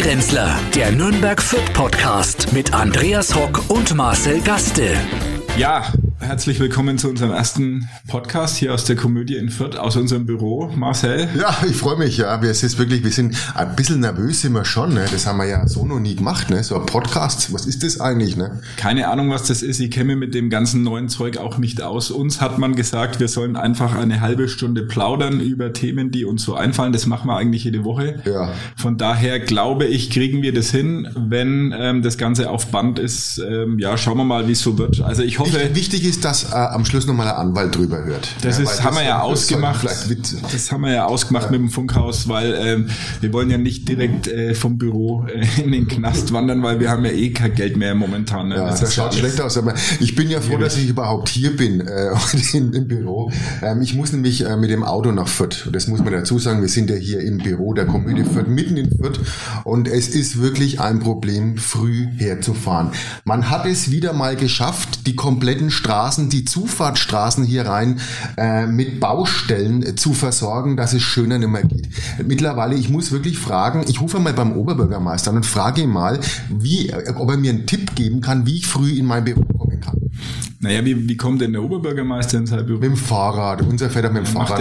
Stadtgrenzler, der Nürnberg Fürth Podcast mit Andreas Hock und Marcel Gaste. Ja, herzlich willkommen zu unserem ersten Podcast hier aus der Komödie in Fürth, aus unserem Büro. Marcel? Ja, ich freue mich, ja. Wir sind ein bisschen nervös sind wir schon, ne? Das haben wir ja so noch nie gemacht, ne? So ein Podcast, was ist das eigentlich, ne? Keine Ahnung, was das ist. Ich kenne mich mit dem ganzen neuen Zeug auch nicht aus. Uns hat man gesagt, wir sollen einfach eine halbe Stunde plaudern über Themen, die uns so einfallen. Das machen wir eigentlich jede Woche. Ja. Von daher glaube ich, kriegen wir das hin, wenn das Ganze auf Band ist. Ja, schauen wir mal, wie es so wird. Also ich hoffe... Wichtig ist, dass am Schluss nochmal ein Anwalt drüber hört. Haben wir ja ausgemacht. Das haben wir ja ausgemacht mit dem Funkhaus, weil wir wollen ja nicht direkt vom Büro in den Knast wandern, weil wir haben ja eh kein Geld mehr momentan. Ne? Ja, das schaut schlecht aus, aber ich bin ja froh, dass ich überhaupt hier bin im Büro. Ich muss nämlich mit dem Auto nach Fürth. Das muss man dazu sagen, wir sind ja hier im Büro der Komödie Fürth, mitten in Fürth, und es ist wirklich ein Problem, früh herzufahren. Man hat es wieder mal geschafft, die kompletten Straßen, die Zufahrtsstraßen hier rein mit Baustellen zu versorgen, dass es schöner nicht mehr geht. Mittlerweile, ich muss wirklich fragen, ich rufe mal beim Oberbürgermeister an und frage ihn mal, ob er mir einen Tipp geben kann, wie ich früh in mein Büro kommen kann. Naja, wie kommt denn der Oberbürgermeister in sein Büro? Mit dem Fahrrad. Unser fährt mit dem Fahrrad.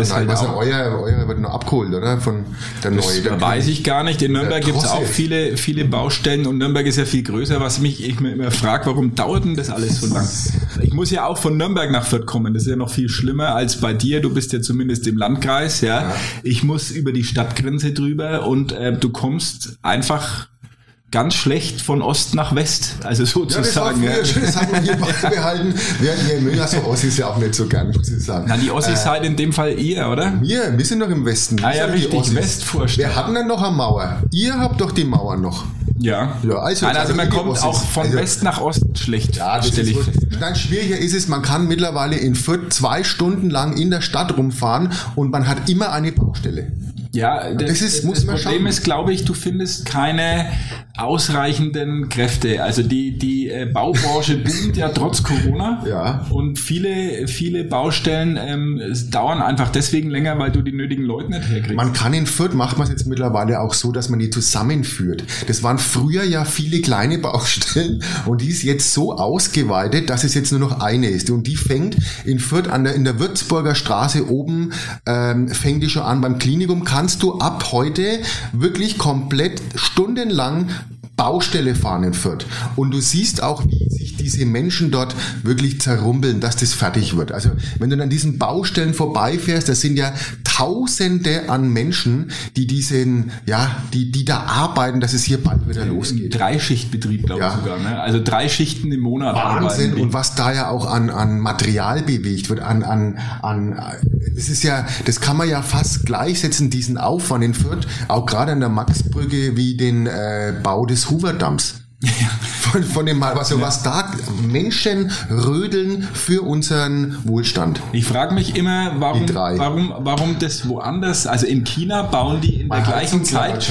Euer wird noch abgeholt, oder? Von der Neue. Da weiß ich gar nicht. In Nürnberg gibt es auch viele Baustellen, und Nürnberg ist ja viel größer, was ich mir immer frage, warum dauert denn das alles so lang? Ich muss ja auch von Nürnberg nach Fürth kommen. Das ist ja noch viel schlimmer als bei dir. Du bist ja zumindest im Landkreis, ja. Ich muss über die Stadtgrenze drüber, und du kommst einfach ganz schlecht von Ost nach West, also sozusagen. Ja, das haben wir hier beibehalten. Wir mögen ja so Ossis ja auch nicht so gern, muss ich sagen. Na, die Ossis seid in dem Fall ihr, oder? Wir sind noch im Westen. Ah ja, richtig, Westvorstadt. Wir hatten dann noch eine Mauer. Ihr habt doch die Mauer noch. Ja. Also man kommt Ossis auch von West nach Ost schlecht. Ja, das stelle ich fest. Nein, schwieriger ist es, man kann mittlerweile in Fürth 2 Stunden lang in der Stadt rumfahren, und man hat immer eine Baustelle. Ja, das Problem ist, glaube ich, du findest keine ausreichenden Kräfte. Also die Baubranche boomt ja trotz Corona. Ja. Und viele Baustellen dauern einfach deswegen länger, weil du die nötigen Leute nicht herkriegst. Man kann in Fürth, macht man es jetzt mittlerweile auch so, dass man die zusammenführt. Das waren früher ja viele kleine Baustellen, und die ist jetzt so ausgeweitet, dass es jetzt nur noch eine ist. Und die fängt in Fürth in der Würzburger Straße oben, fängt die schon an. Beim Klinikum kannst du ab heute wirklich komplett stundenlang Baustelle fahren in Fürth. Und du siehst auch, wie sich diese Menschen dort wirklich zerrumpeln, dass das fertig wird. Also wenn du an diesen Baustellen vorbeifährst, das sind ja Tausende an Menschen, die da arbeiten, dass es hier bald wieder losgeht. 3-Schichtbetrieb, glaube ich sogar. Ne? Also 3 Schichten im Monat. Wahnsinn. Und was da ja auch an Material bewegt wird, das kann man ja fast gleichsetzen, diesen Aufwand in Fürth, auch gerade an der Maxbrücke, wie den Bau des Hoover-Damms. Ja. Von dem Mal, was da Menschen rödeln für unseren Wohlstand. Ich frage mich immer, warum das woanders, also in China bauen die in der gleichen Zeit,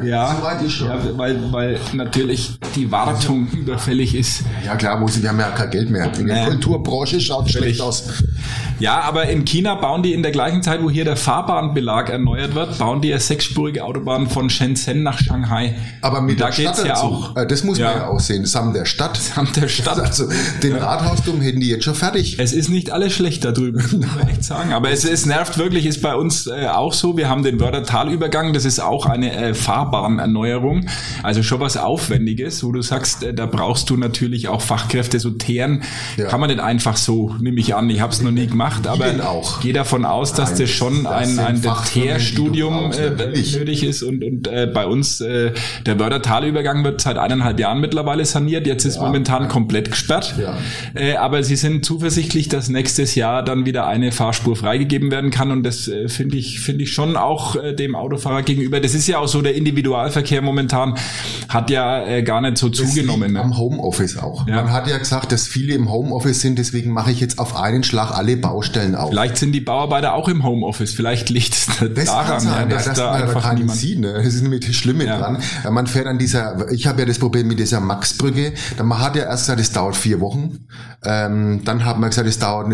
weil natürlich die Wartung überfällig ist. Ja klar, wir haben ja kein Geld mehr. In der Kulturbranche schaut schlecht aus. Ja, aber in China bauen die in der gleichen Zeit, wo hier der Fahrbahnbelag erneuert wird, bauen die eine 6-spurige Autobahn von Shenzhen nach Shanghai. Aber mit der Stadt dazu. Ja auch. Das muss man ja auch sehen. Samt der Stadt. Also den Rathausturm hätten die jetzt schon fertig. Es ist nicht alles schlecht da drüben, muss man echt sagen. Aber es nervt wirklich, ist bei uns auch so. Wir haben den Wördertalübergang, das ist auch eine Fahrbahnerneuerung. Also schon was Aufwendiges, wo du sagst, da brauchst du natürlich auch Fachkräfte. So Teeren kann man nicht einfach so, nehme ich an. Ich habe es noch nie gemacht. Aber gehe davon aus, dass das schon ein Teerstudium nötig ist. Und bei uns, der Wördertalübergang wird seit 1,5 Jahren mittlerweile saniert. Jetzt ist momentan komplett gesperrt. Ja. Aber sie sind zuversichtlich, dass nächstes Jahr dann wieder eine Fahrspur freigegeben werden kann. Und das finde ich schon auch dem Autofahrer gegenüber. Das ist ja auch so, der Individualverkehr momentan hat ja gar nicht so zugenommen. Am Homeoffice auch. Ja. Man hat ja gesagt, dass viele im Homeoffice sind. Deswegen mache ich jetzt auf einen Schlag alle Baustellen auf. Vielleicht sind die Bauarbeiter auch im Homeoffice. Vielleicht liegt es daran, dass da einfach niemand sieht. Ne? Das ist nämlich das Schlimme dran. Man fährt an ich habe ja das Problem mit dieser Maxbrücke. Man hat ja erst gesagt, es dauert 4 Wochen. Dann hat man gesagt,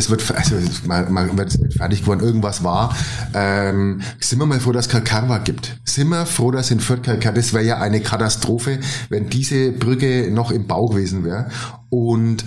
man wird nicht fertig geworden, irgendwas war. Sind wir mal froh, dass es Karkarwa gibt. Sind wir froh, dass in Fürth Karkarwa, das wäre ja eine Katastrophe, wenn diese Brücke noch im Bau gewesen wäre. Und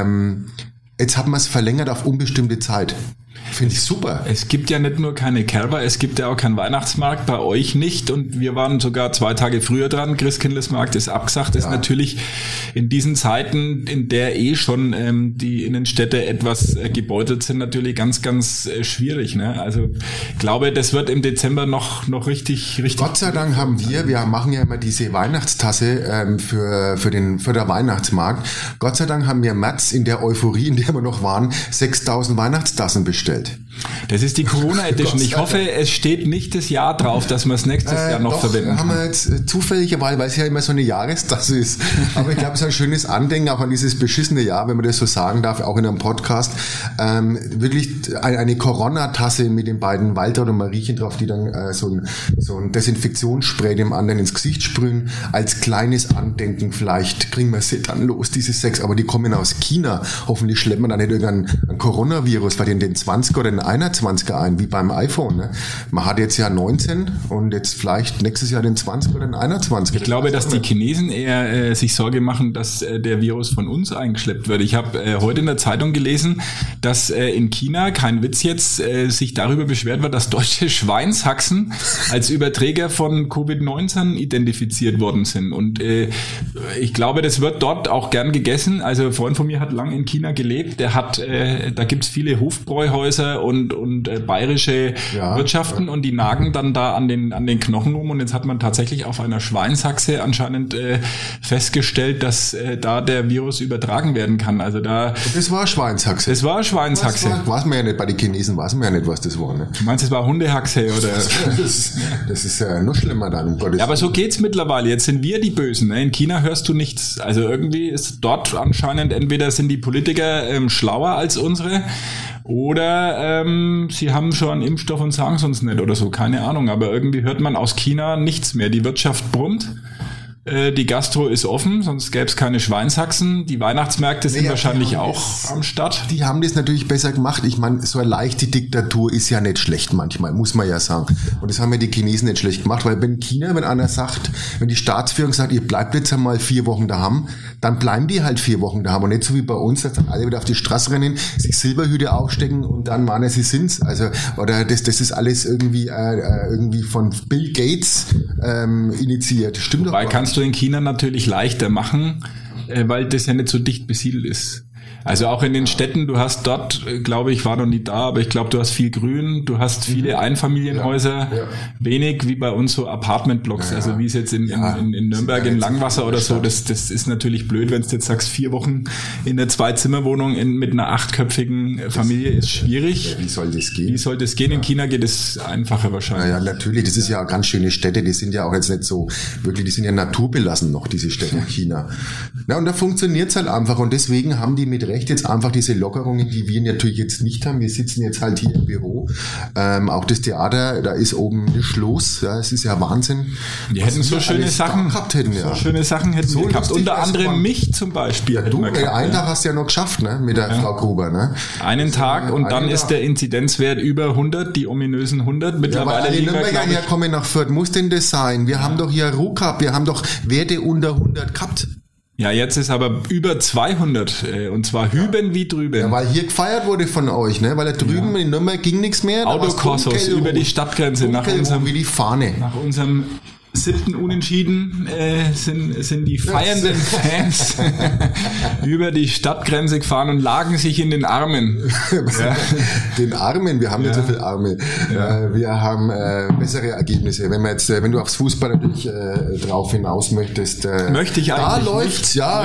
jetzt hat man es verlängert auf unbestimmte Zeit. Finde ich super. Es gibt ja nicht nur keine Kerber, es gibt ja auch keinen Weihnachtsmarkt, bei euch nicht. Und wir waren sogar 2 Tage früher dran. Christkindlesmarkt ist abgesagt. Ist natürlich in diesen Zeiten, in der schon die Innenstädte etwas gebeutelt sind, natürlich ganz, ganz schwierig. Ne? Also ich glaube, das wird im Dezember noch richtig. Gott sei Dank haben wir machen ja immer diese Weihnachtstasse für den Weihnachtsmarkt. Gott sei Dank haben wir im März in der Euphorie, in der wir noch waren, 6.000 Weihnachtstassen bestellt. Das ist die Corona-Edition. Ich hoffe, es steht nicht das Jahr drauf, dass wir es nächstes Jahr noch verwenden. Haben wir jetzt zufälligerweise, weil es ja immer so eine Jahrestasse ist. Aber ich glaube, es ist ein schönes Andenken auch an dieses beschissene Jahr, wenn man das so sagen darf, auch in einem Podcast. Wirklich eine Corona-Tasse mit den beiden Walter und Mariechen drauf, die dann so ein Desinfektionsspray dem anderen ins Gesicht sprühen. Als kleines Andenken, vielleicht kriegen wir sie dann los, diese 6. Aber die kommen aus China. Hoffentlich schleppt man da nicht irgendein Coronavirus, weil den 20er oder den 21er ein, wie beim iPhone. Ne? Man hat jetzt ja 19 und jetzt vielleicht nächstes Jahr den 20er oder den 21er. Ich glaube, dass die Chinesen eher sich Sorge machen, dass der Virus von uns eingeschleppt wird. Ich habe heute in der Zeitung gelesen, dass in China, kein Witz jetzt, sich darüber beschwert wird, dass deutsche Schweinshaxen als Überträger von Covid-19 identifiziert worden sind. Und ich glaube, das wird dort auch gern gegessen. Also ein Freund von mir hat lange in China gelebt. Der hat, da gibt's viele Hofbräuhäuser und bayerische Wirtschaften und die nagen dann da an den Knochen rum und jetzt hat man tatsächlich auf einer Schweinshaxe anscheinend festgestellt, dass da der Virus übertragen werden kann. Also das war Schweinshaxe. Das war Schweinshaxe. Weiß man ja nicht, bei den Chinesen weiß man ja nicht, was das war. Ne? Du meinst, es war Hundehaxe oder? Das ist ja noch schlimmer dann. Ja, aber so geht's mittlerweile. Jetzt sind wir die Bösen. Ne? In China hörst du nichts. Also irgendwie ist dort anscheinend entweder sind die Politiker schlauer als unsere oder sie haben schon einen Impfstoff und sagen es uns nicht oder so, keine Ahnung. Aber irgendwie hört man aus China nichts mehr. Die Wirtschaft brummt. Die Gastro ist offen, sonst gäbe es keine Schweinshaxen. Die Weihnachtsmärkte sind wahrscheinlich auch am Start. Die haben das natürlich besser gemacht. Ich meine, so eine leichte Diktatur ist ja nicht schlecht manchmal, muss man ja sagen. Und das haben ja die Chinesen nicht schlecht gemacht, weil wenn einer sagt, wenn die Staatsführung sagt, ihr bleibt jetzt einmal 4 Wochen daheim, dann bleiben die halt 4 Wochen daheim. Und nicht so wie bei uns, dass dann alle wieder auf die Straße rennen, sich Silberhüte aufstecken und dann meinen, sie sind's. Also, oder das ist alles irgendwie von Bill Gates initiiert. Stimmt doch. Kannst du in China natürlich leichter machen, weil das ja nicht so dicht besiedelt ist. Also auch in den Städten, du hast dort, glaube ich, war noch nie da, aber ich glaube, du hast viel Grün, du hast viele Einfamilienhäuser, wenig wie bei uns so Apartmentblocks, also wie es jetzt in Nürnberg in Langwasser oder so, das ist natürlich blöd, wenn du jetzt sagst, 4 Wochen in einer 2-Zimmer-Wohnung mit einer 8-köpfigen Familie ist schwierig. Wie soll das gehen? Wie soll das gehen? In China geht es einfacher wahrscheinlich. Ja, natürlich, das ist ja ganz schöne Städte, die sind ja auch jetzt nicht so, wirklich, die sind ja naturbelassen noch, diese Städte in China. Na, und da funktioniert's halt einfach und deswegen haben die mit Recht jetzt einfach diese Lockerungen, die wir natürlich jetzt nicht haben. Wir sitzen jetzt halt hier im Büro. Auch das Theater, da ist oben nicht los. Ja, es ist ja Wahnsinn. Die hätten so schöne Sachen gehabt hätten. So schöne Sachen hätten wir gehabt. Unter anderem mich zum Beispiel. Ja, du, einen Tag hast du ja noch geschafft, ne, mit der Frau Gruber, ne? Einen Tag und dann ist der Inzidenzwert über 100, die ominösen 100. Mittlerweile liegen wir, glaube ich, herkommen nach Fürth. Muss denn das sein? Wir haben doch hier Ruhe gehabt. Wir haben doch Werte unter 100 gehabt. Ja, jetzt ist aber über 200 und zwar hüben wie drüben. Ja, weil hier gefeiert wurde von euch, ne? Weil da drüben in Nürnberg ging nichts mehr. Autokorsos über die Stadtgrenze nach unserem, wie die Fahne. Nach unserem 7. Unentschieden sind die feiernden Fans über die Stadtgrenze gefahren und lagen sich in den Armen. Ja. Den Armen? Wir haben nicht so viele Arme. Ja. Wir haben bessere Ergebnisse. Wenn du aufs Fußball natürlich drauf hinaus möchtest. Möchte ich eigentlich. Da läuft's, ja.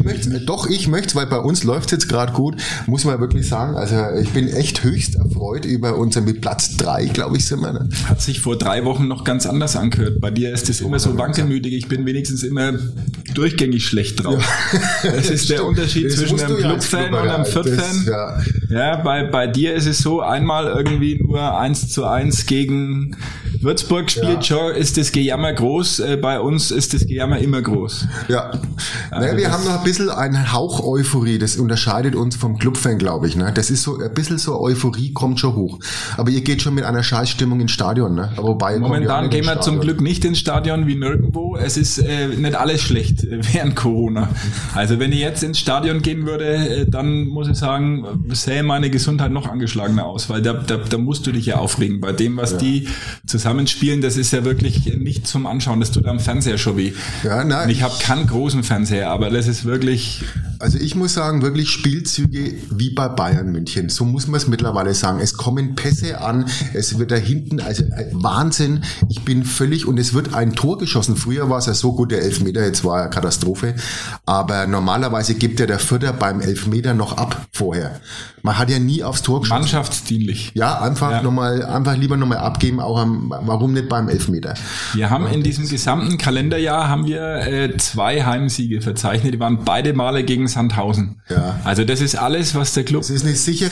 Ich möchte, weil bei uns läuft's jetzt gerade gut, muss man wirklich sagen. Also ich bin echt höchst erfreut über unseren mit Platz 3, glaube ich, sind wir. Ne? Hat sich vor 3 Wochen noch ganz anders angehört. Bei dir ist es immer so wankelmütig. Ich bin wenigstens immer durchgängig schlecht drauf. Ja. Das ist der Unterschied zwischen einem Club-Fan und einem Fürth-Fan. Ja, bei dir ist es so, einmal irgendwie nur 1:1 gegen Würzburg spielt schon, ist das Gejammer groß, bei uns ist das Gejammer immer groß. Ja, also wir haben noch ein bisschen einen Hauch Euphorie, das unterscheidet uns vom Clubfan, glaube ich. Ne? Das ist so ein bisschen so Euphorie kommt schon hoch. Aber ihr geht schon mit einer Scheißstimmung ins Stadion. Ne? Aber wobei momentan gehen wir zum Glück nicht ins Stadion wie nirgendwo. Es ist nicht alles schlecht während Corona. Also wenn ich jetzt ins Stadion gehen würde, dann muss ich sagen, sähe meine Gesundheit noch angeschlagener aus, weil da musst du dich ja aufregen. Bei dem, was die zusammenspielen, das ist ja wirklich nicht zum Anschauen. Das tut am Fernseher schon weh. Ja, nein, und ich habe keinen großen Fernseher, aber das ist wirklich... Also ich muss sagen, wirklich Spielzüge wie bei Bayern München. So muss man es mittlerweile sagen. Es kommen Pässe an, es wird da hinten, also Wahnsinn. Ich bin völlig, und es wird ein Tor geschossen. Früher war es ja so gut, der Elfmeter, jetzt war ja Katastrophe. Aber normalerweise gibt ja der Vierter beim Elfmeter noch ab vorher. Man hat ja nie aufs Tor geschossen. Mannschaftsdienlich. Ja, einfach lieber nochmal abgeben, auch warum nicht beim Elfmeter? Wir haben in diesem gesamten Kalenderjahr haben wir 2 Heimsiege verzeichnet. Die waren beide Male gegen Sandhausen. Ja. Also das ist alles, was der Club das ist eine sichere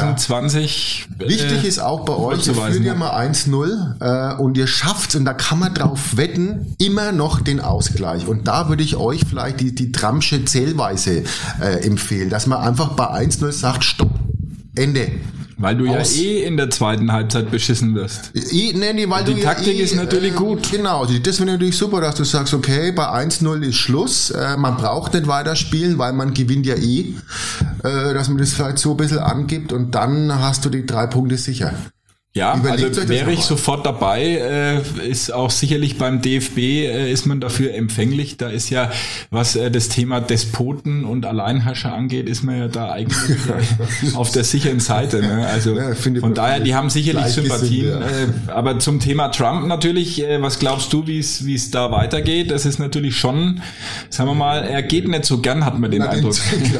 2020 wichtig ist auch bei euch, ihr führt ja mal 1-0 und ihr schafft, und da kann man drauf wetten, immer noch den Ausgleich. Und da würde ich euch vielleicht die Trumpsche Zählweise empfehlen, dass man einfach bei 1-0 sagt, Stopp, Ende. Weil du ja in der zweiten Halbzeit beschissen wirst. Weil die Taktik ist natürlich gut. Genau, das wäre natürlich super, dass du sagst, okay, bei 1-0 ist Schluss, man braucht nicht weiterspielen, weil man gewinnt ja dass man das vielleicht so ein bisschen angibt und dann hast du die 3 Punkte sicher. Ja, also wäre ich sofort dabei, ist auch sicherlich beim DFB ist man dafür empfänglich. Da ist ja, was das Thema Despoten und Alleinherrscher angeht, ist man ja da eigentlich auf der sicheren Seite. Ne? Also von daher, die haben sicherlich Sympathien. Aber zum Thema Trump natürlich, was glaubst du, wie es da weitergeht? Das ist natürlich schon, sagen wir mal, er geht nicht so gern, hat man den Eindruck.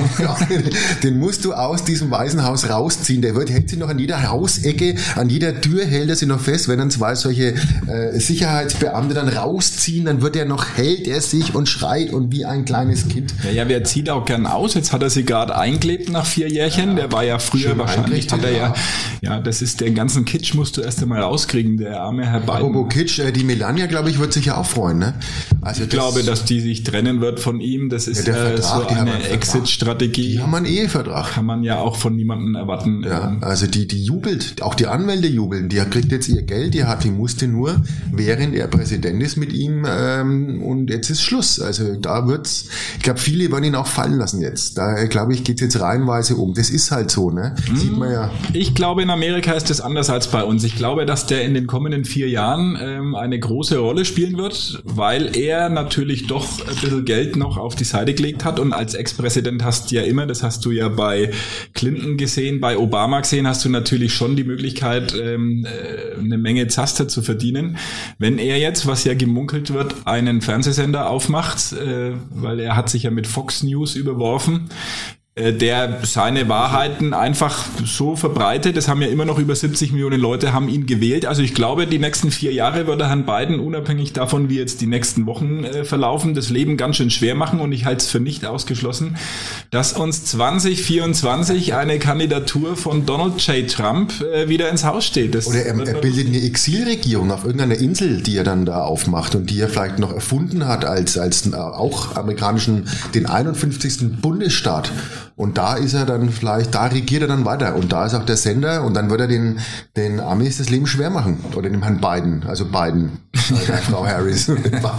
Den musst du aus diesem Weißen Haus rausziehen. Der hält sich noch an jeder Hausecke, an jeder Tür hält er sich noch fest. Wenn dann 2 solche Sicherheitsbeamte dann rausziehen, dann hält er sich und schreit und wie ein kleines Kind. Ja, wer zieht auch gern aus? Jetzt hat er sie gerade eingelebt nach 4 Jährchen. Der war ja früher wahrscheinlich, hat er das ist den ganzen Kitsch musst du erst einmal rauskriegen, der arme Herr Biden. Apropos Kitsch, die Melania, glaube ich, wird sich ja auch freuen, ne? Also ich glaube, dass die sich trennen wird von ihm. Das ist so eine Exit-Strategie. Die haben einen Ehevertrag. Kann man ja auch von niemandem erwarten. Ja, also die jubelt, auch die Anwälte jubeln. Die kriegt jetzt ihr Geld, die musste nur, während er Präsident ist mit ihm, und jetzt ist Schluss. Also da ich glaube, viele werden ihn auch fallen lassen jetzt. Da, glaube ich, geht es jetzt reihenweise um. Das ist halt so, ne? Sieht man ja. Ich glaube, in Amerika ist das anders als bei uns. Ich glaube, dass der in den kommenden 4 Jahren eine große Rolle spielen wird, weil er natürlich doch ein bisschen Geld noch auf die Seite gelegt hat, und als Ex-Präsident hast du ja immer, das hast du ja bei Clinton gesehen, bei Obama gesehen, hast du natürlich schon die Möglichkeit, eine Menge Zaster zu verdienen. Wenn er jetzt, was ja gemunkelt wird, einen Fernsehsender aufmacht, weil er hat sich ja mit Fox News überworfen, der seine Wahrheiten einfach so verbreitet. Das haben ja immer noch über 70 Millionen Leute haben ihn gewählt. Also ich glaube, die nächsten 4 Jahre wird er Herrn Biden, unabhängig davon, wie jetzt die nächsten Wochen verlaufen, das Leben ganz schön schwer machen. Und ich halte es für nicht ausgeschlossen, dass uns 2024 eine Kandidatur von Donald J. Trump wieder ins Haus steht. Oder er bildet eine Exilregierung auf irgendeiner Insel, die er dann da aufmacht und die er vielleicht noch erfunden hat als auch den 51. Bundesstaat. Und da ist er dann da regiert er dann weiter. Und da ist auch der Sender, und dann wird er den Amis das Leben schwer machen. Oder dem Herrn Biden, also Biden, der Frau Harris.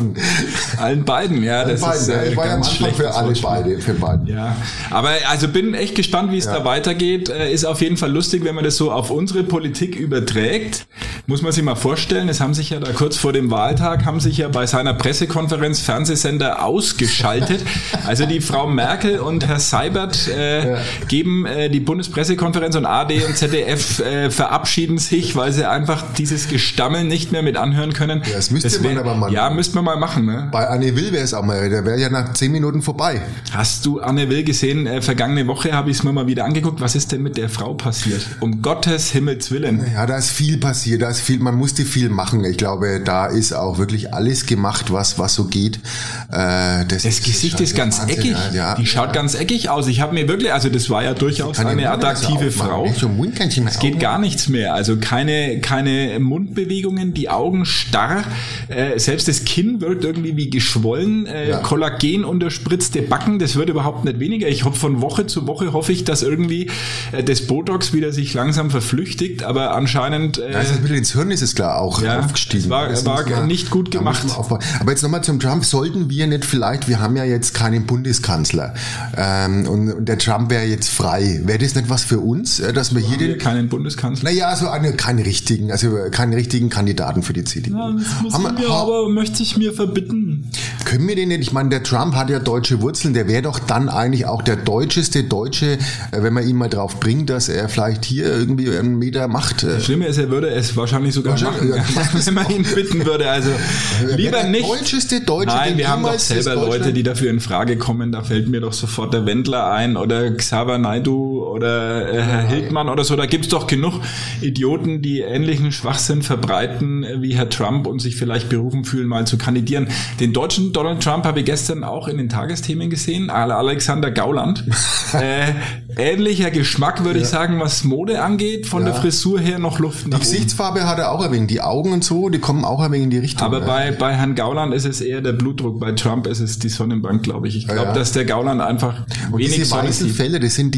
Allen beiden, ja. Das ist ich war ja am Anfang für alle für Biden. Ja, aber also bin echt gespannt, wie es da weitergeht. Ist auf jeden Fall lustig, wenn man das so auf unsere Politik überträgt. Muss man sich mal vorstellen, es haben sich ja da kurz vor dem Wahltag, bei seiner Pressekonferenz Fernsehsender ausgeschaltet. Also die Frau Merkel und Herr Seibert geben die Bundespressekonferenz, und ARD und ZDF verabschieden sich, weil sie einfach dieses Gestammel nicht mehr mit anhören können. Ja, das müsste man aber mal. Ja, müsste man mal machen. Ne? Bei Anne Will wäre es auch mal, der wäre ja nach 10 Minuten vorbei. Hast du Anne Will gesehen? Vergangene Woche habe ich es mir mal wieder angeguckt. Was ist denn mit der Frau passiert? Um Gottes Himmels Willen. Ja, da ist viel passiert, man musste viel machen. Ich glaube, da ist auch wirklich alles gemacht, was so geht. Das Gesicht ist ganz eckig. Ja, die schaut ganz eckig aus. Ich habe mir wirklich, also das war ja durchaus eine attraktive Frau. Es geht gar nichts mehr. Also keine Mundbewegungen, die Augen starr. Selbst das Kinn wirkt irgendwie wie geschwollen. Kollagen unterspritzte Backen, das wird überhaupt nicht weniger. Ich hoffe, von Woche zu Woche hoffe ich, dass irgendwie das Botox wieder sich langsam verflüchtigt, aber anscheinend... also ein bisschen ins Hirn ist es klar auch aufgestiegen. Es war nicht gut gemacht. Aber jetzt nochmal zum Trump. Sollten wir nicht vielleicht, wir haben ja jetzt keinen Bundeskanzler und der Trump wäre jetzt frei. Wäre das nicht was für uns, dass wir hier keinen Bundeskanzler? Naja, also keinen richtigen Kandidaten für die CDU. Ja, das möchte ich mir verbitten. Können wir den nicht? Ich meine, der Trump hat ja deutsche Wurzeln, der wäre doch dann eigentlich auch der deutscheste Deutsche, wenn man ihn mal drauf bringt, dass er vielleicht hier irgendwie einen Meter macht. Das Schlimme ist, er würde es wahrscheinlich sogar machen, wenn man ihn bitten würde. Also lieber nicht. Der deutscheste Deutsche. Nein, wir haben doch selber Leute, die dafür in Frage kommen. Da fällt mir doch sofort der Wendler ein oder Xaver Naidoo oder Herr Hildmann oder so. Da gibt's doch genug Idioten, die ähnlichen Schwachsinn verbreiten wie Herr Trump und sich vielleicht berufen fühlen, mal zu kandidieren. Den deutschen Donald Trump habe ich gestern auch in den Tagesthemen gesehen. Alexander Gauland. Ähnlicher Geschmack, würde ich sagen, was Mode angeht. Von der Frisur her noch Luft nach oben. Die Gesichtsfarbe hat er auch ein wenig. Die Augen und so, die kommen auch ein wenig in die Richtung. Aber bei Herrn Gauland ist es eher der Blutdruck. Bei Trump ist es die Sonnenbank, glaube ich. Ich glaube, dass der Gauland einfach und wenig diese weißen Fälle, das sind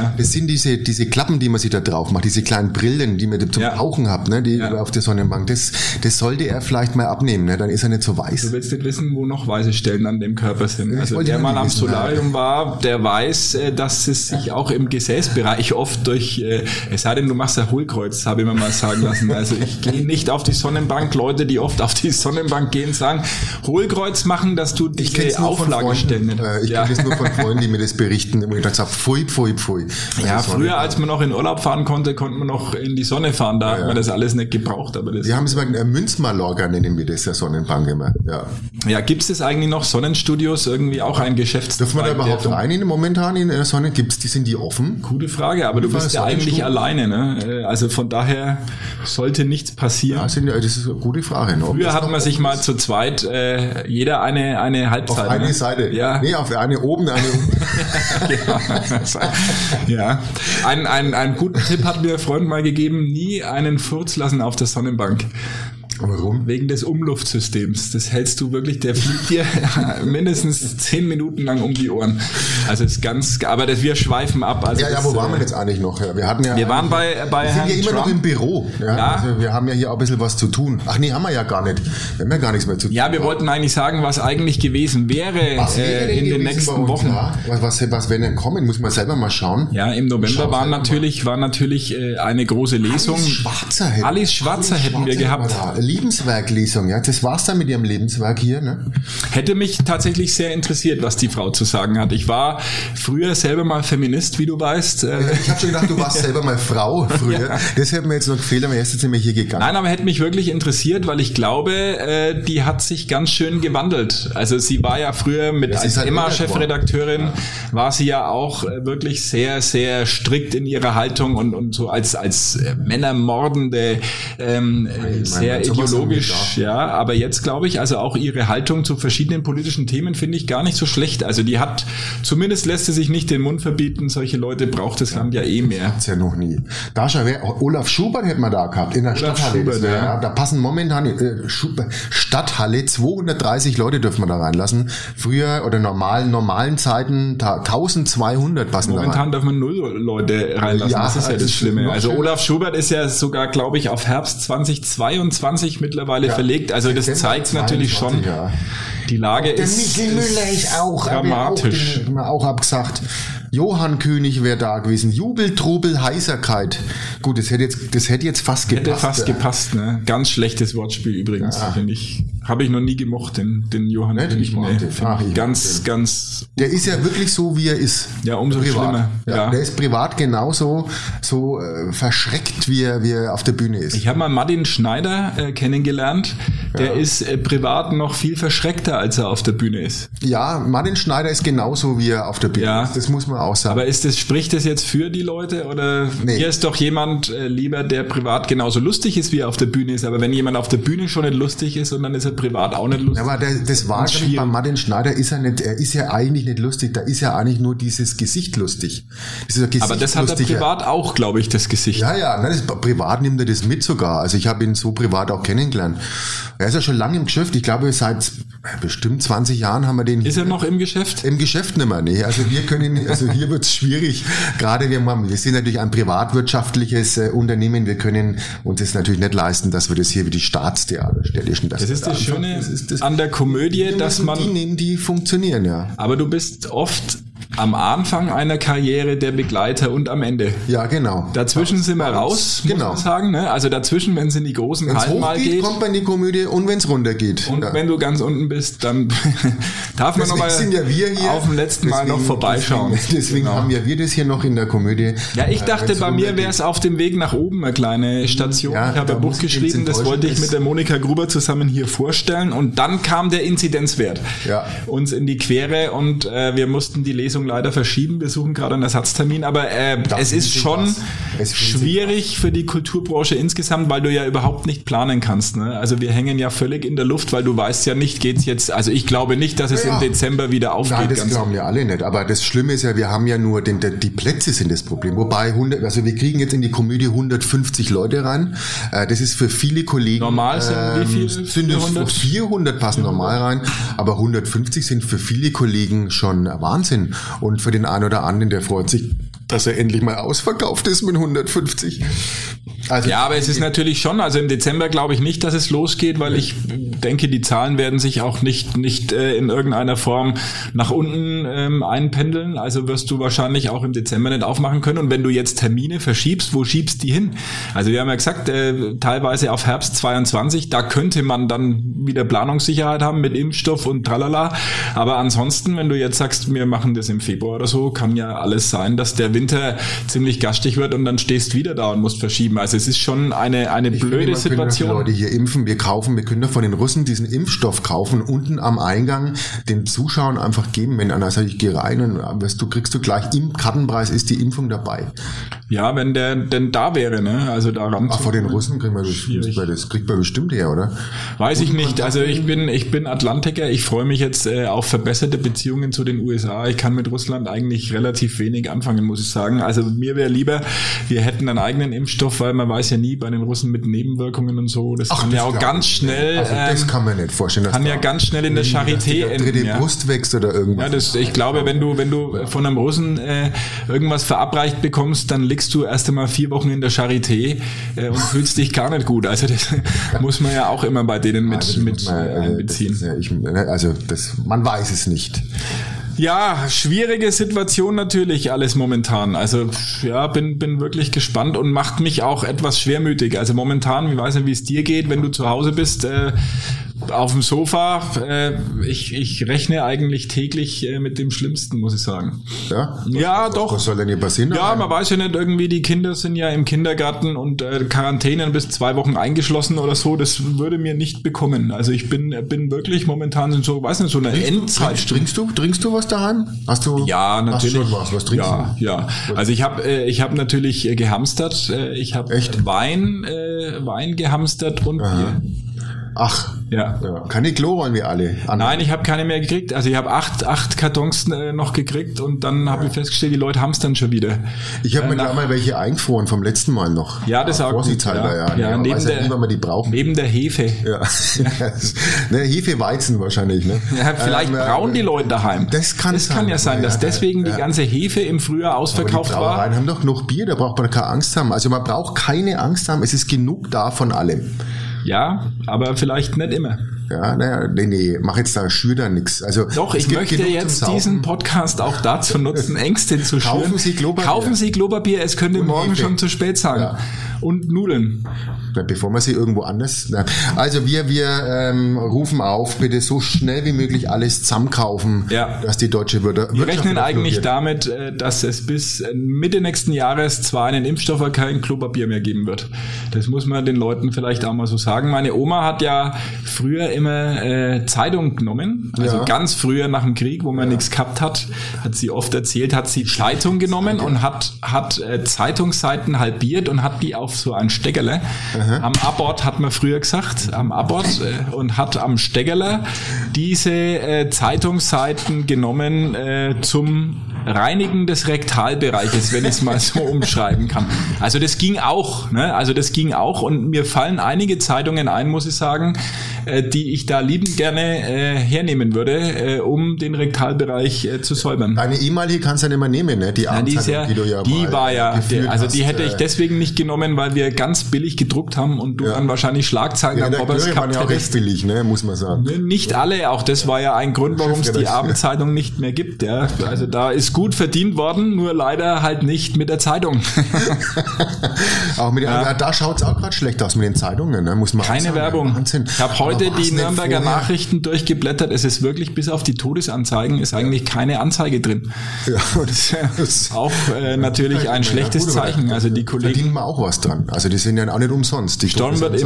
diese Klappen, die man sich da drauf macht, diese kleinen Brillen, die man zum Tauchen hat, ne, die auf der Sonnenbank. Das sollte er vielleicht mal abnehmen, ne? Dann ist er nicht so weiß. Du willst nicht wissen, wo noch weiße Stellen an dem Körper sind. Also der mal am Solarium war, der weiß, dass es sich auch im Gesäßbereich oft durch, es sei denn, du machst ein Hohlkreuz, habe ich mir mal sagen lassen. Also ich gehe nicht auf die Sonnenbank. Leute, die oft auf die Sonnenbank gehen, sagen, Hohlkreuz machen, dass du diese Auflagestellen nicht hast. Ich kenne das nur von Freunden, die mir das berichten, und ich dann sage, pfui. Also früher, als man noch in Urlaub fahren konnte man noch in die Sonne fahren. Da hat man das alles nicht gebraucht. Aber das wir haben es mal Münzmalorga, nennen wir das, der Sonnenbank immer. Ja, gibt es das eigentlich noch? Sonnenstudios, irgendwie auch ein Geschäftszweig? Dürfen wir da überhaupt rein momentan in der Sonne? Sind die offen? Gute Frage, aber du bist ja eigentlich alleine, ne? Also von daher sollte nichts passieren. Das ist eine gute Frage. Früher hat man sich mal zu zweit, jeder eine Halbzeit. Auf eine Seite. Ja. Nee, auf eine oben, eine unten. Ja. Einen guten Tipp hat mir ein Freund mal gegeben, nie einen Furz lassen auf der Sonnenbank. Warum? Wegen des Umluftsystems. Das hältst du wirklich, der fliegt dir mindestens 10 Minuten lang um die Ohren. Also ist aber wir schweifen ab. Also wo waren wir jetzt eigentlich noch? Wir waren bei wir sind ja immer noch im Büro. Ja? Also wir haben ja hier auch ein bisschen was zu tun. Ach nee, haben wir ja gar nicht. Wir haben ja gar nichts mehr zu tun. Ja, wir wollten eigentlich sagen, was eigentlich gewesen wäre in den nächsten Wochen. Was werden denn kommen? Muss man selber mal schauen. Ja, im November war natürlich eine große Lesung. Alice Schwarzer hätten wir gehabt. Lebenswerklesung, das war's dann mit ihrem Lebenswerk hier, ne? Hätte mich tatsächlich sehr interessiert, was die Frau zu sagen hat. Ich war früher selber mal Feminist, wie du weißt. Ich habe schon gedacht, du warst selber mal Frau früher. Das hätte mir jetzt noch gefehlt, aber erst sind wir hier gegangen. Nein, aber hätte mich wirklich interessiert, weil ich glaube, die hat sich ganz schön gewandelt. Also sie war ja früher als Emma-Chefredakteurin, war sie ja auch wirklich sehr, sehr strikt in ihrer Haltung und so als männermordende, sehr ideologisch, aber jetzt glaube ich, also auch ihre Haltung zu verschiedenen politischen Themen finde ich gar nicht so schlecht. Also die hat, zumindest lässt sie sich nicht den Mund verbieten, solche Leute braucht das Land ja eh mehr. Hat's ja noch nie. Olaf Schubert hätten wir da gehabt, in der Stadthalle. Da passen momentan Stadthalle, 230 Leute dürfen wir da reinlassen. Früher oder normalen Zeiten 1200 passen momentan da rein. Momentan darf man 0 Leute reinlassen, das ist ja das Schlimme. Also Olaf Schubert ist ja sogar, glaube ich, auf Herbst 2022 mittlerweile verlegt. Also das zeigt natürlich schon, die Lage ist dramatisch. Haben wir auch abgesagt. Johann König wäre da gewesen. Jubel, Trubel, Heiserkeit. Gut, das hätte jetzt fast gepasst. Hätte fast gepasst, ne? Ganz schlechtes Wortspiel übrigens, finde ich. Habe ich noch nie gemocht, den Johann König. Ganz. Der ist ja wirklich so, wie er ist. Ja, umso schlimmer. Ja. Der ist privat genauso so verschreckt, wie er auf der Bühne ist. Ich habe mal Martin Schneider kennengelernt. Der ist privat noch viel verschreckter, als er auf der Bühne ist. Ja, Martin Schneider ist genauso, wie er auf der Bühne ist. Das muss man auch sagen. Aber spricht das jetzt für die Leute? Oder hier ist doch jemand lieber, der privat genauso lustig ist, wie er auf der Bühne ist. Aber wenn jemand auf der Bühne schon nicht lustig ist und dann ist er privat auch nicht lustig. Aber das war bei Martin Schneider, er ist ja eigentlich nicht lustig, da ist ja eigentlich nur dieses Gesicht lustig. Aber das hat er privat auch, glaube ich, das Gesicht. Ja, privat nimmt er das mit sogar. Also ich habe ihn so privat auch kennengelernt. Er ist ja schon lange im Geschäft. Ich glaube, seit bestimmt 20 Jahren haben wir den. Ist er noch im Geschäft? Im Geschäft nicht mehr, nee. Also hier wird es schwierig. Gerade wir sind natürlich ein privatwirtschaftliches Unternehmen. Wir können uns das natürlich nicht leisten, dass wir das hier wie die Staatstheater städtischen. Das ist das Schöne an der Komödie, dass man... Die funktionieren, ja. Aber du bist oft am Anfang einer Karriere der Begleiter und am Ende. Ja, genau. Dazwischen sind wir raus, muss man sagen. Ne? Also dazwischen, wenn es in die großen Hallen mal geht, kommt man in die Komödie und wenn es runter geht. Und wenn du ganz unten bist, dann darf man nochmal auf dem letzten Mal noch vorbeischauen. Deswegen haben wir das hier noch in der Komödie. Ja, ich dachte, bei mir wäre es auf dem Weg nach oben eine kleine Station. Ja, ich habe ein Buch geschrieben, das wollte ich mit der Monika Gruber zusammen hier vorstellen. Und dann kam der Inzidenzwert uns in die Quere und wir mussten die Lesung leider verschieben. Wir suchen gerade einen Ersatztermin, aber es ist schon schwierig für die Kulturbranche insgesamt, weil du ja überhaupt nicht planen kannst. Ne? Also wir hängen ja völlig in der Luft, weil du weißt ja nicht, geht's jetzt, also ich glaube nicht, dass es im Dezember wieder aufgeht. Nein, das glauben ja alle nicht, aber das Schlimme ist ja, wir haben ja nur, die Plätze sind das Problem, wobei wir kriegen jetzt in die Komödie 150 Leute rein, das ist für viele Kollegen, normal sind wie viel? Sind 400 passen normal rein, aber 150 sind für viele Kollegen schon Wahnsinn. Und für den einen oder anderen, der freut sich, dass er endlich mal ausverkauft ist mit 150. Also ja, aber es ist natürlich schon, also im Dezember glaube ich nicht, dass es losgeht, weil ich denke, die Zahlen werden sich auch nicht in irgendeiner Form nach unten einpendeln. Also wirst du wahrscheinlich auch im Dezember nicht aufmachen können. Und wenn du jetzt Termine verschiebst, wo schiebst die hin? Also wir haben ja gesagt, teilweise auf Herbst 22, da könnte man dann wieder Planungssicherheit haben mit Impfstoff und tralala. Aber ansonsten, wenn du jetzt sagst, wir machen das im Februar oder so, kann ja alles sein, dass der Winter ziemlich gastig wird und dann stehst wieder da und musst verschieben. Also es ist schon eine blöde Situation. Wenn Leute hier impfen, wir können doch von den Russen diesen Impfstoff kaufen, unten am Eingang den Zuschauern einfach geben. Wenn einer sagt, ich gehe rein und kriegst du gleich im Kartenpreis ist die Impfung dabei. Ja, wenn der denn da wäre, ne? Also daran. Vor den Russen kriegt man das kriegt man bestimmt her, oder? Weiß ich nicht. Also ich bin Atlantiker. Ich freue mich jetzt auf verbesserte Beziehungen zu den USA. Ich kann mit Russland eigentlich relativ wenig anfangen, muss ich sagen. Also mir wäre lieber, wir hätten einen eigenen Impfstoff, weil man weiß ja nie bei den Russen mit Nebenwirkungen und so. Das kann ja auch ganz schnell. Also das kann man nicht vorstellen. Kann ja ganz schnell in der Charité enden. Dritte Brust wächst oder irgendwas. Ja, ich glaube, wenn du von einem Russen irgendwas verabreicht bekommst, dann liegst du erst einmal 4 Wochen in der Charité und fühlst dich gar nicht gut. Also das muss man ja auch immer bei denen mit einbeziehen. Man weiß es nicht. Ja, schwierige Situation natürlich alles momentan. Also ja, bin wirklich gespannt und macht mich auch etwas schwermütig. Also momentan, ich weiß nicht, wie es dir geht, wenn du zu Hause bist, auf dem Sofa. Ich rechne eigentlich täglich mit dem Schlimmsten, muss ich sagen. Ja? Ja, doch. Was soll denn hier passieren? Ja, man weiß ja nicht, irgendwie die Kinder sind ja im Kindergarten und Quarantäne bis 2 Wochen eingeschlossen oder so. Das würde mir nicht bekommen. Also ich bin wirklich momentan in so, weiß nicht, so einer Endzeit. Trinkst du was daheim? Hast du? Ja, natürlich. Hast du was trinkst du? Ja. Also ich habe natürlich gehamstert. Ich habe Wein gehamstert und Bier. Ach, ja. Keine Chlorollen wie alle anderen. Nein, ich habe keine mehr gekriegt. Also ich habe 8 Kartons noch gekriegt und dann habe ich festgestellt, die Leute hamstern schon wieder. Ich habe mir gleich mal welche eingefroren vom letzten Mal noch. Ja, das auch gut. Ja, neben der, die brauchen. Neben der Hefe. Ja. Ne, Hefeweizen wahrscheinlich. Ne? Ja, vielleicht brauen die Leute daheim. Das kann ja sein, dass deswegen die ganze Hefe im Frühjahr ausverkauft war. Die Brauereien haben doch noch Bier, da braucht man keine Angst haben. Also man braucht keine Angst haben, es ist genug da von allem. Ja, aber vielleicht nicht immer. Ja, mach jetzt schür da nichts. Also doch, ich möchte jetzt diesen Podcast auch dazu nutzen, Ängste zu schüren. Kaufen Sie Klopapier, es könnte morgen schon zu spät sein. Ja. Und Nudeln. Bevor man sie irgendwo anders... Also wir rufen auf, bitte so schnell wie möglich alles zusammenkaufen, dass die deutsche Wirtschaft... Wir rechnen eigentlich damit, dass es bis Mitte nächsten Jahres zwar einen Impfstoff, aber kein Klopapier mehr geben wird. Das muss man den Leuten vielleicht auch mal so sagen. Meine Oma hat ja früher immer Zeitung genommen. Also ganz früher nach dem Krieg, wo man nichts gehabt hat sie oft erzählt, hat sie Zeitung genommen und hat Zeitungsseiten halbiert und hat die auf so ein Steckerle. Am Abort hat man früher gesagt, und hat am Steckerle diese Zeitungsseiten genommen zum Reinigen des Rektalbereiches, wenn ich es mal so umschreiben kann. Also das ging auch, ne? Und mir fallen einige Zeitungen ein, muss ich sagen, die ich da liebend gerne hernehmen würde, um den Rektalbereich zu säubern. Deine ehemalige kannst du ja nicht mehr nehmen, ne? Die Abendzeitung, die hätte ich deswegen nicht genommen, weil wir ganz billig gedruckt haben und du dann wahrscheinlich Schlagzeilen am Bobbers gehabt waren ja auch recht billig, ne? Muss man sagen. Nicht alle, auch das war ja ein Grund, warum es die Abendzeitung nicht mehr gibt. Ja. Also da ist gut verdient worden, nur leider halt nicht mit der Zeitung. Auch da schaut es auch gerade schlecht aus mit den Zeitungen, ne? Muss man keine Werbung. Wahnsinn. Ich habe heute die Nürnberger Nachrichten durchgeblättert. Es ist wirklich bis auf die Todesanzeigen ist eigentlich keine Anzeige drin. Ja, das ist auch natürlich ein schlechtes Zeichen. Also die Kollegen verdienen wir auch was dran. Also die sind ja auch nicht umsonst. Storm wird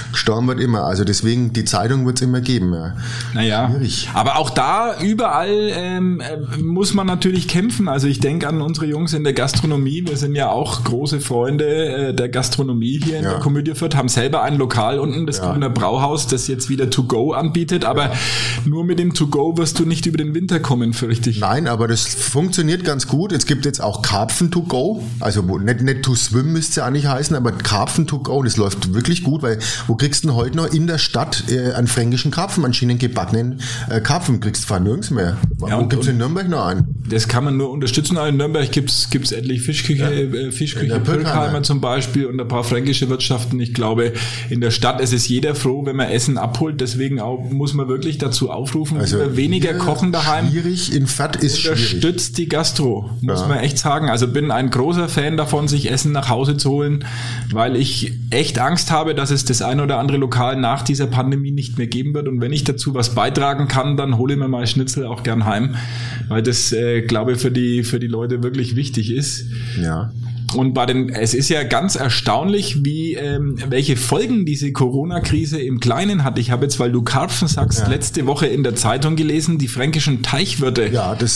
immer. Also deswegen die Zeitung wird es immer geben. Ja. Naja, schwierig. Aber auch da überall muss man natürlich kämpfen. Also ich denke an unsere Jungs in der Gastronomie. Wir sind ja auch große Freunde der Gastronomie hier in der Komödie Fürth, haben selber ein Lokal unten, das Grüner Brauhaus, das jetzt wieder To-Go anbietet, aber nur mit dem To-Go wirst du nicht über den Winter kommen, fürchte ich. Nein, aber das funktioniert ganz gut. Es gibt jetzt auch Karpfen To-Go, also nicht To Swim müsste es eigentlich heißen, aber Karpfen To-Go, das läuft wirklich gut, weil wo kriegst du denn heute noch in der Stadt einen fränkischen Karpfen, anscheinend gebackenen Karpfen, kriegst du zwar nirgends mehr. Wo gibt es in Nürnberg noch einen? Das kann man nur unterstützen. In Nürnberg gibt's etliche Fischküche Pölkheimer zum Beispiel und ein paar fränkische Wirtschaften. Ich glaube, in der Stadt ist es jeder froh, wenn man Essen abholt. Deswegen auch muss man wirklich dazu aufrufen, weniger kochen daheim. Schwierig, in Fett ist schwierig. Unterstützt die Gastro, muss man echt sagen. Also bin ein großer Fan davon, sich Essen nach Hause zu holen, weil ich echt Angst habe, dass es das ein oder andere Lokal nach dieser Pandemie nicht mehr geben wird. Und wenn ich dazu was beitragen kann, dann hole ich mir mal Schnitzel auch gern heim, weil das, glaube ich, für die Leute wirklich wichtig ist. Ja. Und es ist ja ganz erstaunlich, welche Folgen diese Corona-Krise im Kleinen hat. Ich habe jetzt, weil du Karpfen sagst, letzte Woche in der Zeitung gelesen, die fränkischen Teichwirte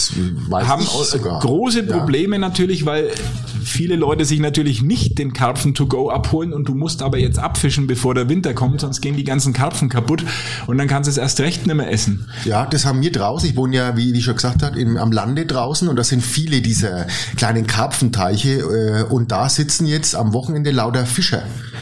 haben große Probleme natürlich, weil viele Leute sich natürlich nicht den Karpfen to go abholen und du musst aber jetzt abfischen, bevor der Winter kommt, sonst gehen die ganzen Karpfen kaputt und dann kannst du es erst recht nicht mehr essen. Ja, das haben wir draußen. Ich wohne ja, wie ich schon gesagt habe, am Lande draußen und da sind viele dieser kleinen Karpfenteiche und da sitzen jetzt am Wochenende lauter Fischer.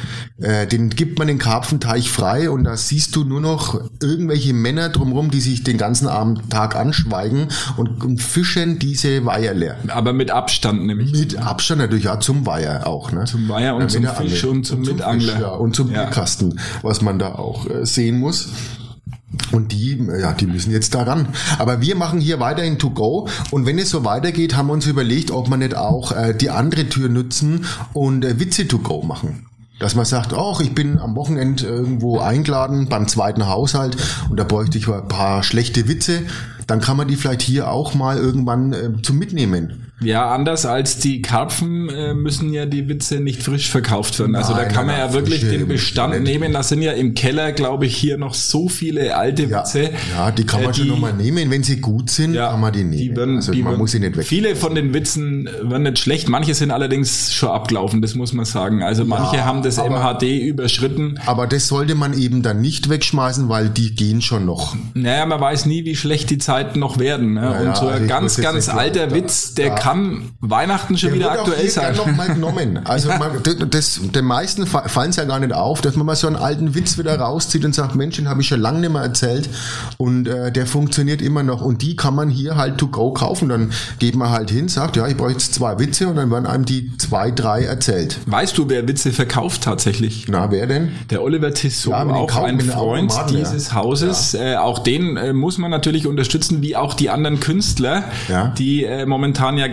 Den gibt man den Karpfenteich frei und da siehst du nur noch irgendwelche Männer drumherum, die sich den ganzen Tag anschweigen und fischen diese Weiher leer. Aber mit Abstand nämlich. Mit Abstand natürlich, ja, zum Weiher auch. Ne? Zum Weiher und zum Fisch und zum Mitangler. Ja, und zum Bierkasten, was man da auch sehen muss. Und die müssen jetzt da ran. Aber wir machen hier weiterhin to go. Und wenn es so weitergeht, haben wir uns überlegt, ob wir nicht auch die andere Tür nutzen und Witze to go machen. Dass man sagt, ich bin am Wochenende irgendwo eingeladen beim zweiten Haushalt und da bräuchte ich ein paar schlechte Witze. Dann kann man die vielleicht hier auch mal irgendwann zum Mitnehmen. Ja, anders als die Karpfen müssen ja die Witze nicht frisch verkauft werden. Also da kann man ja wirklich den Bestand nehmen. Da sind ja im Keller, glaube ich, hier noch so viele alte Witze. Ja, die kann man schon nochmal nehmen. Wenn sie gut sind, kann man die nehmen. Man muss sie nicht weg. Viele von den Witzen werden nicht schlecht. Manche sind allerdings schon abgelaufen, das muss man sagen. Also manche haben das MHD überschritten. Aber das sollte man eben dann nicht wegschmeißen, weil die gehen schon noch. Naja, man weiß nie, wie schlecht die Zeiten noch werden. Ne? Ja, und so ein ganz alter Witz, der kann Weihnachten schon wieder aktuell sein. Der wird auch noch mal genommen. Also den meisten fallen es ja gar nicht auf, dass man mal so einen alten Witz wieder rauszieht und sagt, Mensch, den habe ich schon lange nicht mehr erzählt und der funktioniert immer noch und die kann man hier halt to go kaufen. Dann geht man halt hin, sagt, ich brauche jetzt 2 Witze und dann werden einem die 2, 3 erzählt. Weißt du, wer Witze verkauft tatsächlich? Na, wer denn? Der Oliver Tissot, auch ein Freund dieses Hauses. Auch den muss man natürlich unterstützen, wie auch die anderen Künstler, die momentan ja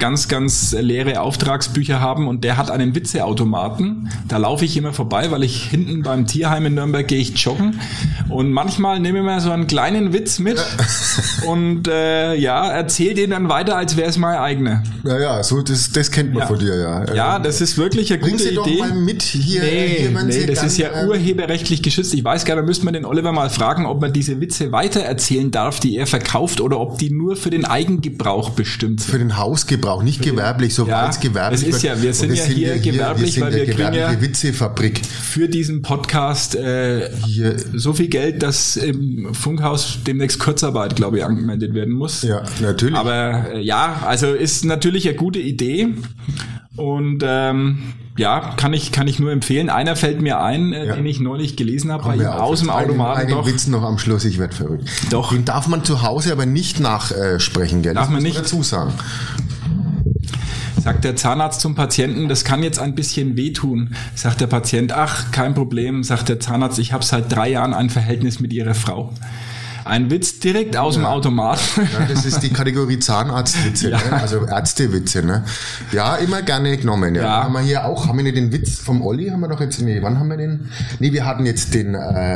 ganz, ganz leere Auftragsbücher haben und der hat einen Witzeautomaten. Da laufe ich immer vorbei, weil ich hinten beim Tierheim in Nürnberg gehe ich joggen und manchmal nehme ich mir so einen kleinen Witz mit und erzähle den dann weiter, als wäre es mein eigener. Ja, so das kennt man von dir, ja. Ja, das ist wirklich eine gute Idee. Bring sie doch mal mit hier. Nee, das ist ja urheberrechtlich geschützt. Ich weiß gar nicht, da müsste man den Oliver mal fragen, ob man diese Witze weitererzählen darf, die er verkauft, oder ob die nur für den Eigengebrauch bestimmt sind. Für den Hausgebrauch, nicht gewerblich, sobald es gewerblich wird. Wir sind ja hier gewerblich, weil wir kriegen ja Witzefabrik für diesen Podcast hier so viel Geld, dass im Funkhaus demnächst Kurzarbeit, glaube ich, angemeldet werden muss. Ja, natürlich. Aber also ist natürlich eine gute Idee und kann ich nur empfehlen. Einer fällt mir ein, den ich neulich gelesen habe, bei ihm aus dem Automaten. Einen Witz noch am Schluss, ich werde verrückt. Doch. Den darf man zu Hause aber nicht nachsprechen, gell? Darf man nicht dazu sagen. Sagt der Zahnarzt zum Patienten, das kann jetzt ein bisschen wehtun. Sagt der Patient, ach, kein Problem. Sagt der Zahnarzt, ich habe seit 3 Jahren ein Verhältnis mit Ihrer Frau. Ein Witz direkt aus dem Automaten. Ja, das ist die Kategorie Zahnarztwitze, ne? Also Ärztewitze. Ne? Ja, immer gerne genommen. Ja. Haben wir nicht den Witz vom Olli? Haben wir doch jetzt, wann haben wir den? Wir hatten jetzt den,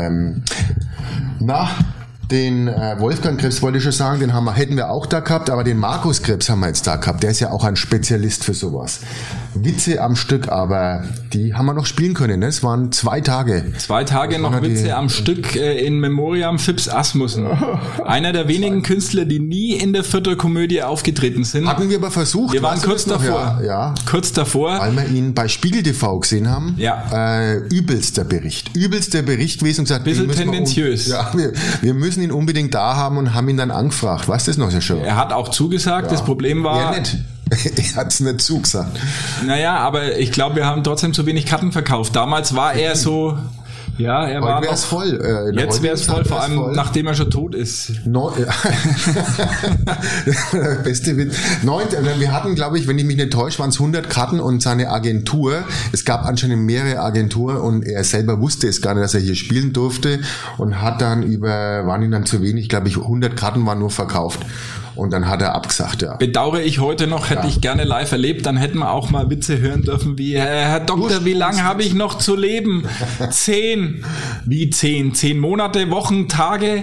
den Wolfgang Krebs wollte ich schon sagen, den hätten wir auch da gehabt, aber den Markus Krebs haben wir jetzt da gehabt. Der ist ja auch ein Spezialist für sowas. Witze am Stück, aber die haben wir noch spielen können. Ne? Es waren 2 Tage. 2 Tage noch Witze am Stück in Memoriam Phipps Asmussen. Einer der wenigen Künstler, die nie in der Viertelkomödie aufgetreten sind. Hatten wir aber versucht. Wir waren kurz davor. Ja. Kurz davor. Weil wir ihn bei Spiegel TV gesehen haben. Ja. Übelster Bericht gewesen und gesagt, bisschen tendenziös. Wir müssen ihn unbedingt da haben und haben ihn dann angefragt. Weißt du das noch so schön? Er hat auch zugesagt. Das Problem war... Ja, nicht. Er hat es nicht zugesagt. Naja, aber ich glaube, wir haben trotzdem zu wenig Karten verkauft. Damals war er so... Ja, er war noch voll. Jetzt wäre es voll, vor allem nachdem er schon tot ist. Beste Witz. Wir hatten, glaube ich, wenn ich mich nicht täusche, waren es 100 Karten und seine Agentur. Es gab anscheinend mehrere Agenturen und er selber wusste es gar nicht, dass er hier spielen durfte und hat dann waren ihm dann zu wenig, glaube ich, 100 Karten waren nur verkauft. Und dann hat er abgesagt, ja. Bedauere ich heute noch, hätte ich gerne live erlebt, dann hätten wir auch mal Witze hören dürfen wie, Herr Doktor, wie lange habe ich noch zu leben? 10. Wie 10? 10 Monate, Wochen, Tage?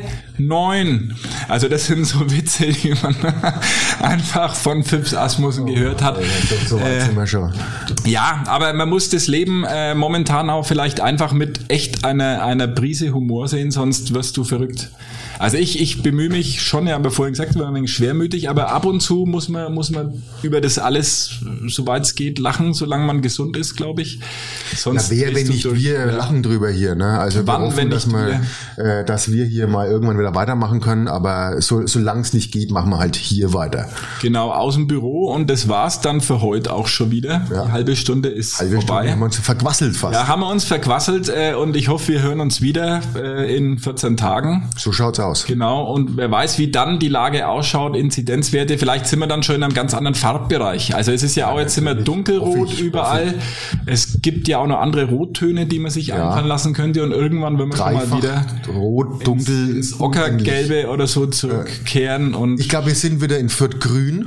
9. Also das sind so Witze, die man einfach von Phipps Asmussen gehört hat. So weit sind wir schon. Ja, aber man muss das Leben momentan auch vielleicht einfach mit echt einer Prise Humor sehen, sonst wirst du verrückt. Also ich bemühe mich schon, ja, haben wir vorhin gesagt, wir waren ein wenig schwermütig, aber ab und zu muss man über das alles, soweit es geht, lachen, solange man gesund ist, glaube ich. Sonst wer, wenn nicht wir, lachen drüber hier, ne? Also wir hoffen, dass wir hier mal irgendwann wieder weitermachen können, aber solange es nicht geht, machen wir halt hier weiter. Genau, aus dem Büro und das war's dann für heute auch schon wieder. Ja. Die halbe Stunde ist vorbei. Stunde haben wir uns verquasselt fast. Ja, haben wir uns verquasselt und ich hoffe, wir hören uns wieder in 14 Tagen. So schaut's aus. Genau, und wer weiß, wie dann die Lage ausschaut, Inzidenzwerte, vielleicht sind wir dann schon in einem ganz anderen Farbbereich. Also es ist ja auch jetzt immer dunkelrot überall. Es gibt ja auch noch andere Rottöne, die man sich einfallen lassen könnte und irgendwann, wenn wir schon mal wieder rot, dunkel, ins Ockergelbe oder so zurückkehren. Und ich glaube, wir sind wieder in Fürth grün.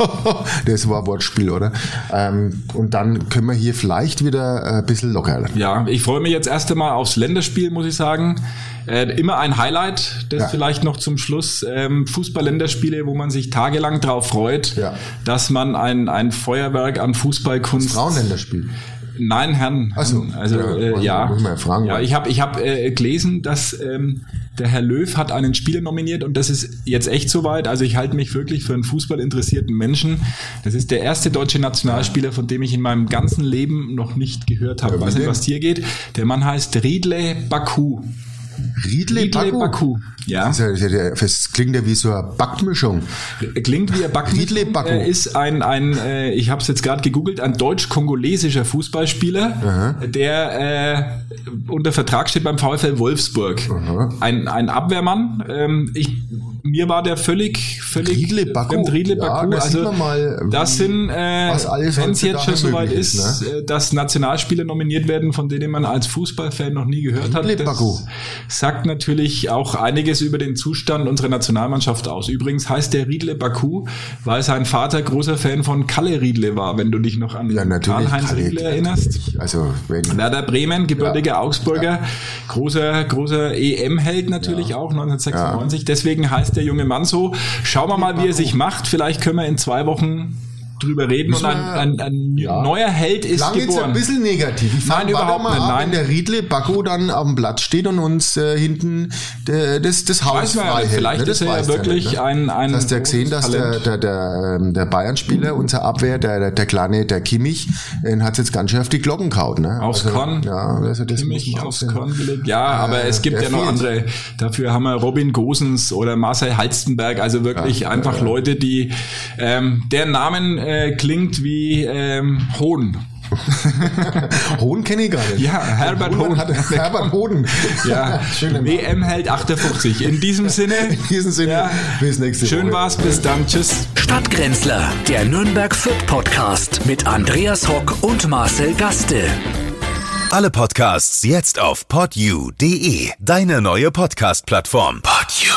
Das war Wortspiel, oder? Und dann können wir hier vielleicht wieder ein bisschen locker. Ja, ich freue mich jetzt erst einmal aufs Länderspiel, muss ich sagen. Immer ein Highlight, das vielleicht noch zum Schluss. Fußball-Länderspiele, wo man sich tagelang drauf freut, dass man ein Feuerwerk an Fußballkunst... Das Frauenländerspiel. Nein, Herren. Also ja. Muss man ja fragen. Ja, ich hab gelesen, dass der Herr Löw hat einen Spieler nominiert und das ist jetzt echt soweit. Also ich halte mich wirklich für einen fußballinteressierten Menschen. Das ist der erste deutsche Nationalspieler, von dem ich in meinem ganzen Leben noch nicht gehört habe. Ich weiß nicht, was dir geht. Der Mann heißt Riedle Baku. Riedle Baku. Ja. Das klingt ja wie so eine Backmischung. Klingt wie eine Backmischung. Riedle Baku. Ist ich habe es jetzt gerade gegoogelt, ein deutsch-kongolesischer Fußballspieler, der unter Vertrag steht beim VfL Wolfsburg. Ein Abwehrmann. Ich mir war der völlig Riedle Baku. Ja, da also sieht man mal, das sind, wenn es jetzt schon soweit ist, ne? dass Nationalspieler nominiert werden, von denen man als Fußballfan noch nie gehört hat. Das sagt natürlich auch einiges über den Zustand unserer Nationalmannschaft aus. Übrigens heißt der Riedle Baku, weil sein Vater großer Fan von Kalle Riedle war, wenn du dich noch an Karl-Heinz Riedle erinnerst. Also Werder Bremen, gebürtiger Augsburger, großer EM-Held natürlich auch, 1996. Ja. Deswegen heißt der junge Mann so. Schauen wir mal, wie er sich macht. Vielleicht können wir in 2 Wochen drüber reden und ein neuer Held ist geboren. Jetzt ein bisschen negativ. Nein, überhaupt nicht. Wenn der Riedle Baku dann auf dem Platz steht und uns hinten das Haus frei hält. Vielleicht ist er ja wirklich ein hast du ja gesehen, dass der Bayern-Spieler, unser Abwehr, der Kleine, der Kimmich, hat jetzt ganz schön auf die Glocken gehauen. Ne? Aufs Korn. Ja, also das Kimmich aufs Korn gelegt. Ja, aber es gibt ja noch andere. Dafür haben wir Robin Gosens oder Marcel Halstenberg, also wirklich einfach Leute, die deren Namen klingt wie Hohn. Hohn kenne ich gar nicht. Ja, Herbert Hohn. Herbert Hohn. Ja, WM-Held 58. In diesem Sinne. Bis nächste Woche. Schön war's, bis dann. Tschüss. Stadtgrenzler, der Nürnberg Fürth Podcast mit Andreas Hock und Marcel Gaste. Alle Podcasts jetzt auf podyou.de, deine neue Podcast-Plattform. Podyou.